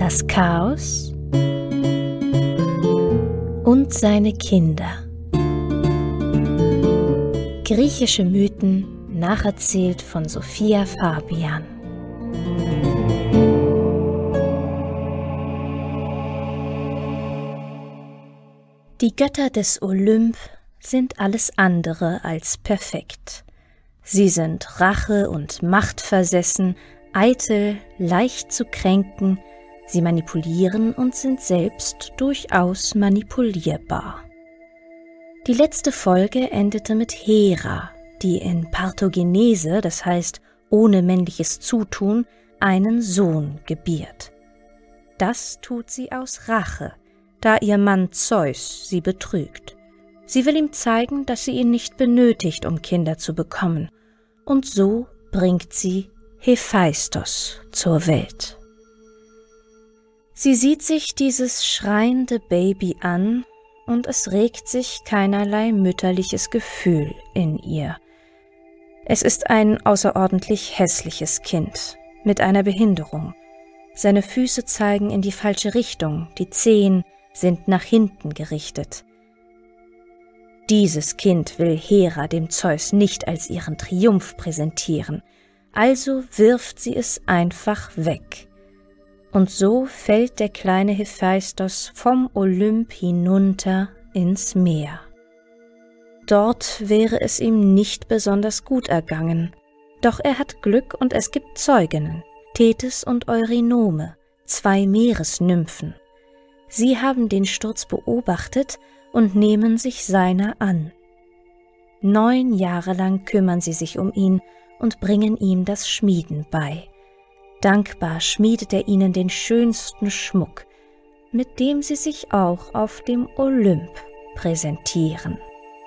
das Chaos und seine Kinder. Griechische Mythen, nacherzählt von Sophia Fabian. Die Götter des Olymp sind alles andere als perfekt. Sie sind rache- und machtversessen, eitel, leicht zu kränken, sie manipulieren und sind selbst durchaus manipulierbar. Die letzte Folge endete mit Hera, die in Parthogenese, das heißt ohne männliches Zutun, einen Sohn gebiert. Das tut sie aus Rache, da ihr Mann Zeus sie betrügt. Sie will ihm zeigen, dass sie ihn nicht benötigt, um Kinder zu bekommen, und so bringt sie Hephaistos zur Welt. Sie sieht sich dieses schreiende Baby an, und es regt sich keinerlei mütterliches Gefühl in ihr. Es ist ein außerordentlich hässliches Kind mit einer Behinderung. Seine Füße zeigen in die falsche Richtung, die Zehen sind nach hinten gerichtet. Dieses Kind will Hera dem Zeus nicht als ihren Triumph präsentieren, also wirft sie es einfach weg. Und so fällt der kleine Hephaistos vom Olymp hinunter ins Meer. Dort wäre es ihm nicht besonders gut ergangen, doch er hat Glück und es gibt Zeuginnen, Thetys und Eurynome, 2 Meeresnymphen. Sie haben den Sturz beobachtet und nehmen sich seiner an. 9 Jahre lang kümmern sie sich um ihn und bringen ihm das Schmieden bei. Dankbar schmiedet er ihnen den schönsten Schmuck, mit dem sie sich auch auf dem Olymp präsentieren.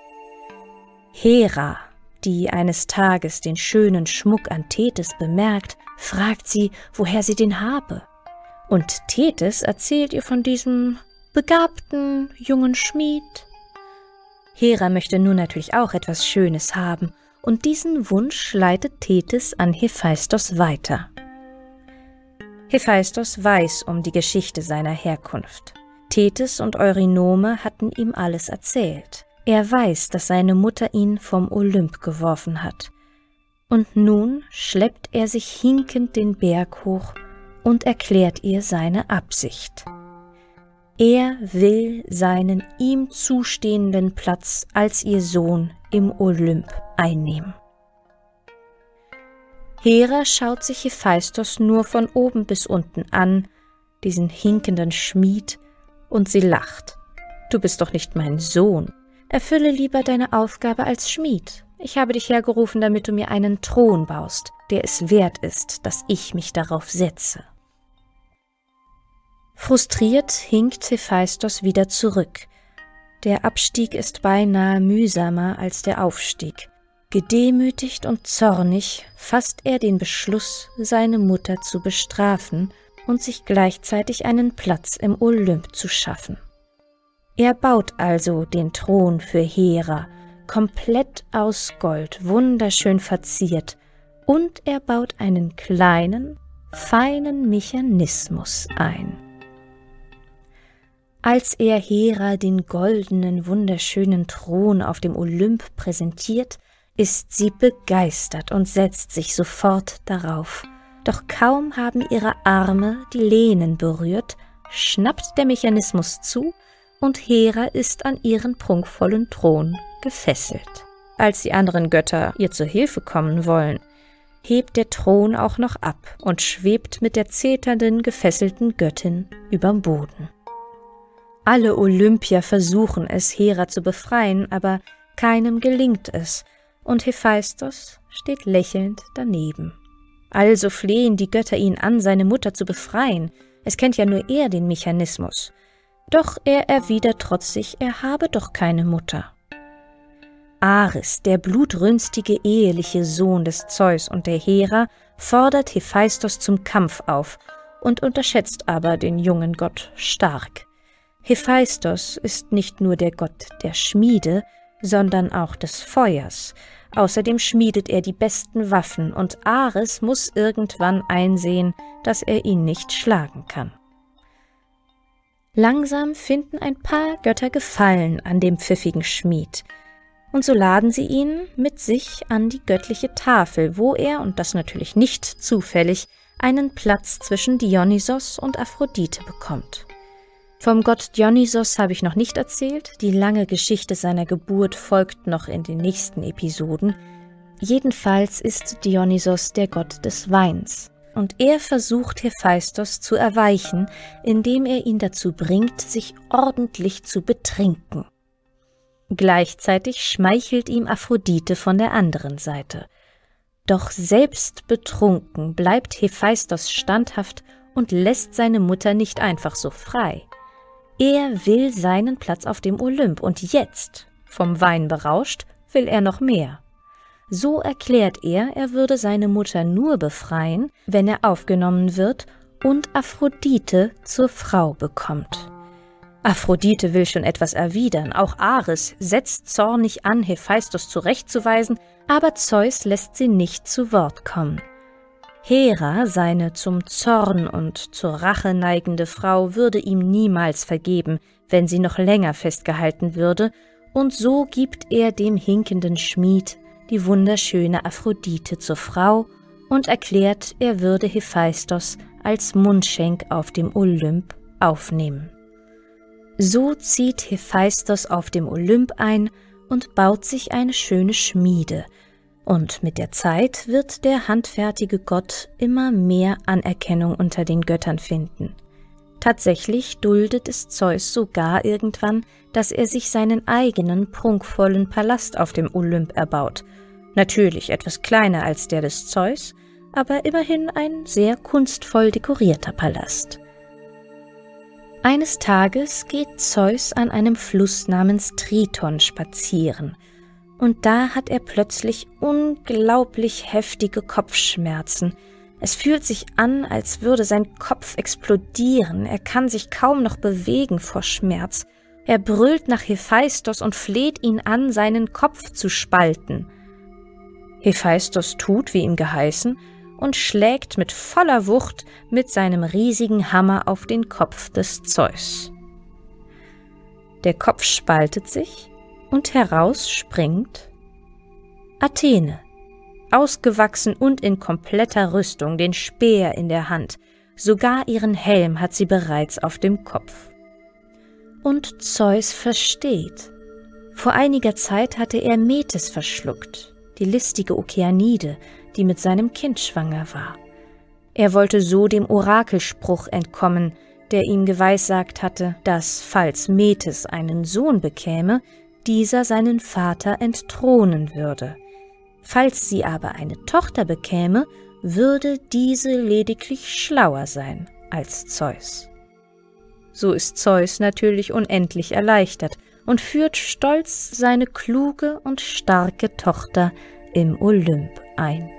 Hera, die eines Tages den schönen Schmuck an Thetys bemerkt, fragt sie, woher sie den habe. Und Thetys erzählt ihr von diesem begabten jungen Schmied. Hera möchte nun natürlich auch etwas Schönes haben, und diesen Wunsch leitet Thetys an Hephaistos weiter. Hephaistos weiß um die Geschichte seiner Herkunft. Thetys und Eurynome hatten ihm alles erzählt. Er weiß, dass seine Mutter ihn vom Olymp geworfen hat. Und nun schleppt er sich hinkend den Berg hoch und erklärt ihr seine Absicht. Er will seinen ihm zustehenden Platz als ihr Sohn im Olymp einnehmen. Hera schaut sich Hephaistos nur von oben bis unten an, diesen hinkenden Schmied, und sie lacht. »Du bist doch nicht mein Sohn. Erfülle lieber deine Aufgabe als Schmied. Ich habe dich hergerufen, damit du mir einen Thron baust, der es wert ist, dass ich mich darauf setze.« Frustriert hinkt Hephaistos wieder zurück. Der Abstieg ist beinahe mühsamer als der Aufstieg. Gedemütigt und zornig fasst er den Beschluss, seine Mutter zu bestrafen und sich gleichzeitig einen Platz im Olymp zu schaffen. Er baut also den Thron für Hera, komplett aus Gold, wunderschön verziert, und er baut einen kleinen, feinen Mechanismus ein. Als er Hera den goldenen, wunderschönen Thron auf dem Olymp präsentiert, ist sie begeistert und setzt sich sofort darauf. Doch kaum haben ihre Arme die Lehnen berührt, schnappt der Mechanismus zu und Hera ist an ihren prunkvollen Thron gefesselt. Als die anderen Götter ihr zur Hilfe kommen wollen, hebt der Thron auch noch ab und schwebt mit der zeternden, gefesselten Göttin überm Boden. Alle Olympier versuchen es, Hera zu befreien, aber keinem gelingt es, und Hephaistos steht lächelnd daneben. Also flehen die Götter ihn an, seine Mutter zu befreien. Es kennt ja nur er den Mechanismus. Doch er erwidert trotzig, er habe doch keine Mutter. Ares, der blutrünstige eheliche Sohn des Zeus und der Hera, fordert Hephaistos zum Kampf auf und unterschätzt aber den jungen Gott stark. Hephaistos ist nicht nur der Gott der Schmiede, sondern auch des Feuers. Außerdem schmiedet er die besten Waffen und Ares muss irgendwann einsehen, dass er ihn nicht schlagen kann. Langsam finden ein paar Götter Gefallen an dem pfiffigen Schmied, und so laden sie ihn mit sich an die göttliche Tafel, wo er, und das natürlich nicht zufällig, einen Platz zwischen Dionysos und Aphrodite bekommt. Vom Gott Dionysos habe ich noch nicht erzählt, die lange Geschichte seiner Geburt folgt noch in den nächsten Episoden. Jedenfalls ist Dionysos der Gott des Weins, und er versucht Hephaistos zu erweichen, indem er ihn dazu bringt, sich ordentlich zu betrinken. Gleichzeitig schmeichelt ihm Aphrodite von der anderen Seite. Doch selbst betrunken bleibt Hephaistos standhaft und lässt seine Mutter nicht einfach so frei. Er will seinen Platz auf dem Olymp und jetzt, vom Wein berauscht, will er noch mehr. So erklärt er würde seine Mutter nur befreien, wenn er aufgenommen wird und Aphrodite zur Frau bekommt. Aphrodite will schon etwas erwidern, auch Ares setzt zornig an, Hephaistos zurechtzuweisen, aber Zeus lässt sie nicht zu Wort kommen. Hera, seine zum Zorn und zur Rache neigende Frau, würde ihm niemals vergeben, wenn sie noch länger festgehalten würde, und so gibt er dem hinkenden Schmied die wunderschöne Aphrodite zur Frau und erklärt, er würde Hephaistos als Mundschenk auf dem Olymp aufnehmen. So zieht Hephaistos auf dem Olymp ein und baut sich eine schöne Schmiede, und mit der Zeit wird der handfertige Gott immer mehr Anerkennung unter den Göttern finden. Tatsächlich duldet es Zeus sogar irgendwann, dass er sich seinen eigenen prunkvollen Palast auf dem Olymp erbaut. Natürlich etwas kleiner als der des Zeus, aber immerhin ein sehr kunstvoll dekorierter Palast. Eines Tages geht Zeus an einem Fluss namens Triton spazieren, und da hat er plötzlich unglaublich heftige Kopfschmerzen. Es fühlt sich an, als würde sein Kopf explodieren, er kann sich kaum noch bewegen vor Schmerz. Er brüllt nach Hephaistos und fleht ihn an, seinen Kopf zu spalten. Hephaistos tut, wie ihm geheißen, und schlägt mit voller Wucht mit seinem riesigen Hammer auf den Kopf des Zeus. Der Kopf spaltet sich, und heraus springt Athene, ausgewachsen und in kompletter Rüstung, den Speer in der Hand, sogar ihren Helm hat sie bereits auf dem Kopf. Und Zeus versteht. Vor einiger Zeit hatte er Metis verschluckt, die listige Okeanide, die mit seinem Kind schwanger war. Er wollte so dem Orakelspruch entkommen, der ihm geweissagt hatte, dass, falls Metis einen Sohn bekäme, dieser seinen Vater entthronen würde. Falls sie aber eine Tochter bekäme, würde diese lediglich schlauer sein als Zeus. So ist Zeus natürlich unendlich erleichtert und führt stolz seine kluge und starke Tochter im Olymp ein.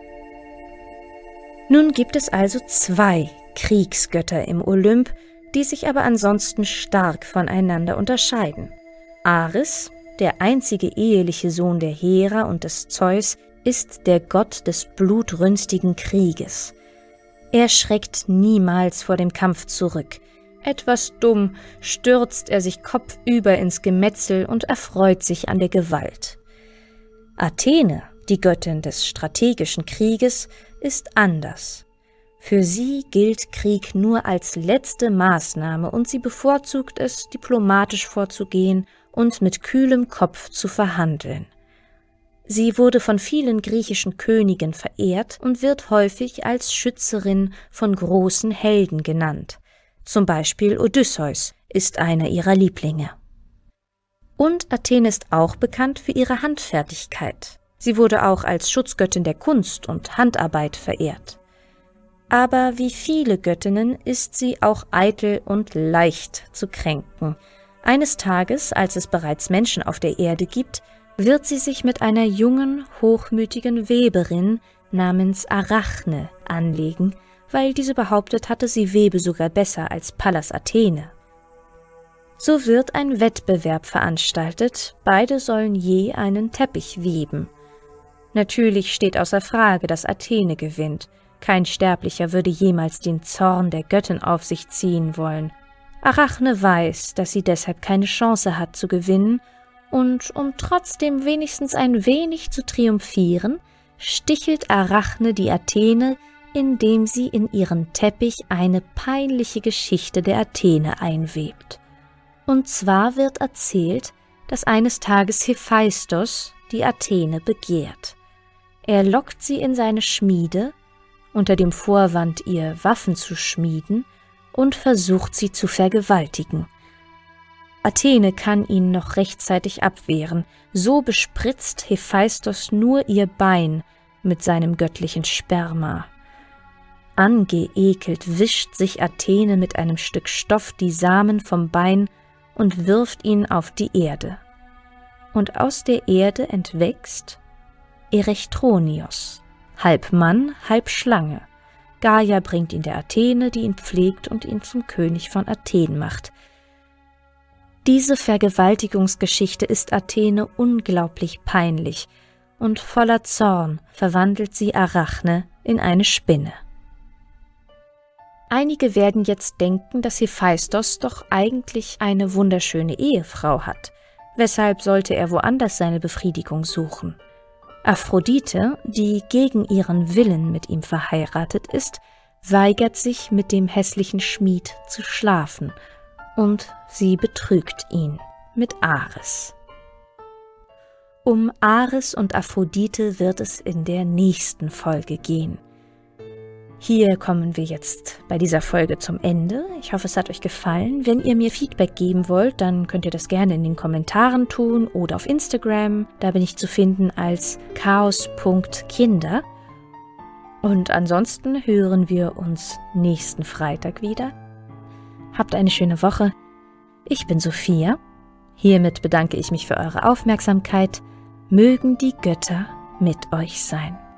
Nun gibt es also 2 Kriegsgötter im Olymp, die sich aber ansonsten stark voneinander unterscheiden. Ares, der einzige eheliche Sohn der Hera und des Zeus, ist der Gott des blutrünstigen Krieges. Er schreckt niemals vor dem Kampf zurück. Etwas dumm stürzt er sich kopfüber ins Gemetzel und erfreut sich an der Gewalt. Athene, die Göttin des strategischen Krieges, ist anders. Für sie gilt Krieg nur als letzte Maßnahme und sie bevorzugt es, diplomatisch vorzugehen und mit kühlem Kopf zu verhandeln. Sie wurde von vielen griechischen Königen verehrt und wird häufig als Schützerin von großen Helden genannt. Zum Beispiel Odysseus ist einer ihrer Lieblinge. Und Athene ist auch bekannt für ihre Handfertigkeit. Sie wurde auch als Schutzgöttin der Kunst und Handarbeit verehrt. Aber wie viele Göttinnen ist sie auch eitel und leicht zu kränken. Eines Tages, als es bereits Menschen auf der Erde gibt, wird sie sich mit einer jungen, hochmütigen Weberin namens Arachne anlegen, weil diese behauptet hatte, sie webe sogar besser als Pallas Athene. So wird ein Wettbewerb veranstaltet, beide sollen je einen Teppich weben. Natürlich steht außer Frage, dass Athene gewinnt. Kein Sterblicher würde jemals den Zorn der Göttin auf sich ziehen wollen. Arachne weiß, dass sie deshalb keine Chance hat zu gewinnen, und um trotzdem wenigstens ein wenig zu triumphieren, stichelt Arachne die Athene, indem sie in ihren Teppich eine peinliche Geschichte der Athene einwebt. Und zwar wird erzählt, dass eines Tages Hephaistos die Athene begehrt. Er lockt sie in seine Schmiede, unter dem Vorwand, ihr Waffen zu schmieden, und versucht sie zu vergewaltigen. Athene kann ihn noch rechtzeitig abwehren, so bespritzt Hephaistos nur ihr Bein mit seinem göttlichen Sperma. Angeekelt wischt sich Athene mit einem Stück Stoff die Samen vom Bein und wirft ihn auf die Erde. Und aus der Erde entwächst Erechtronios, halb Mann, halb Schlange. Gaia bringt ihn der Athene, die ihn pflegt und ihn zum König von Athen macht. Diese Vergewaltigungsgeschichte ist Athene unglaublich peinlich, und voller Zorn verwandelt sie Arachne in eine Spinne. Einige werden jetzt denken, dass Hephaistos doch eigentlich eine wunderschöne Ehefrau hat. Weshalb sollte er woanders seine Befriedigung suchen? Aphrodite, die gegen ihren Willen mit ihm verheiratet ist, weigert sich, mit dem hässlichen Schmied zu schlafen, und sie betrügt ihn mit Ares. Um Ares und Aphrodite wird es in der nächsten Folge gehen. Hier kommen wir jetzt bei dieser Folge zum Ende. Ich hoffe, es hat euch gefallen. Wenn ihr mir Feedback geben wollt, dann könnt ihr das gerne in den Kommentaren tun oder auf Instagram. Da bin ich zu finden als chaos.kinder. Und ansonsten hören wir uns nächsten Freitag wieder. Habt eine schöne Woche. Ich bin Sophia. Hiermit bedanke ich mich für eure Aufmerksamkeit. Mögen die Götter mit euch sein.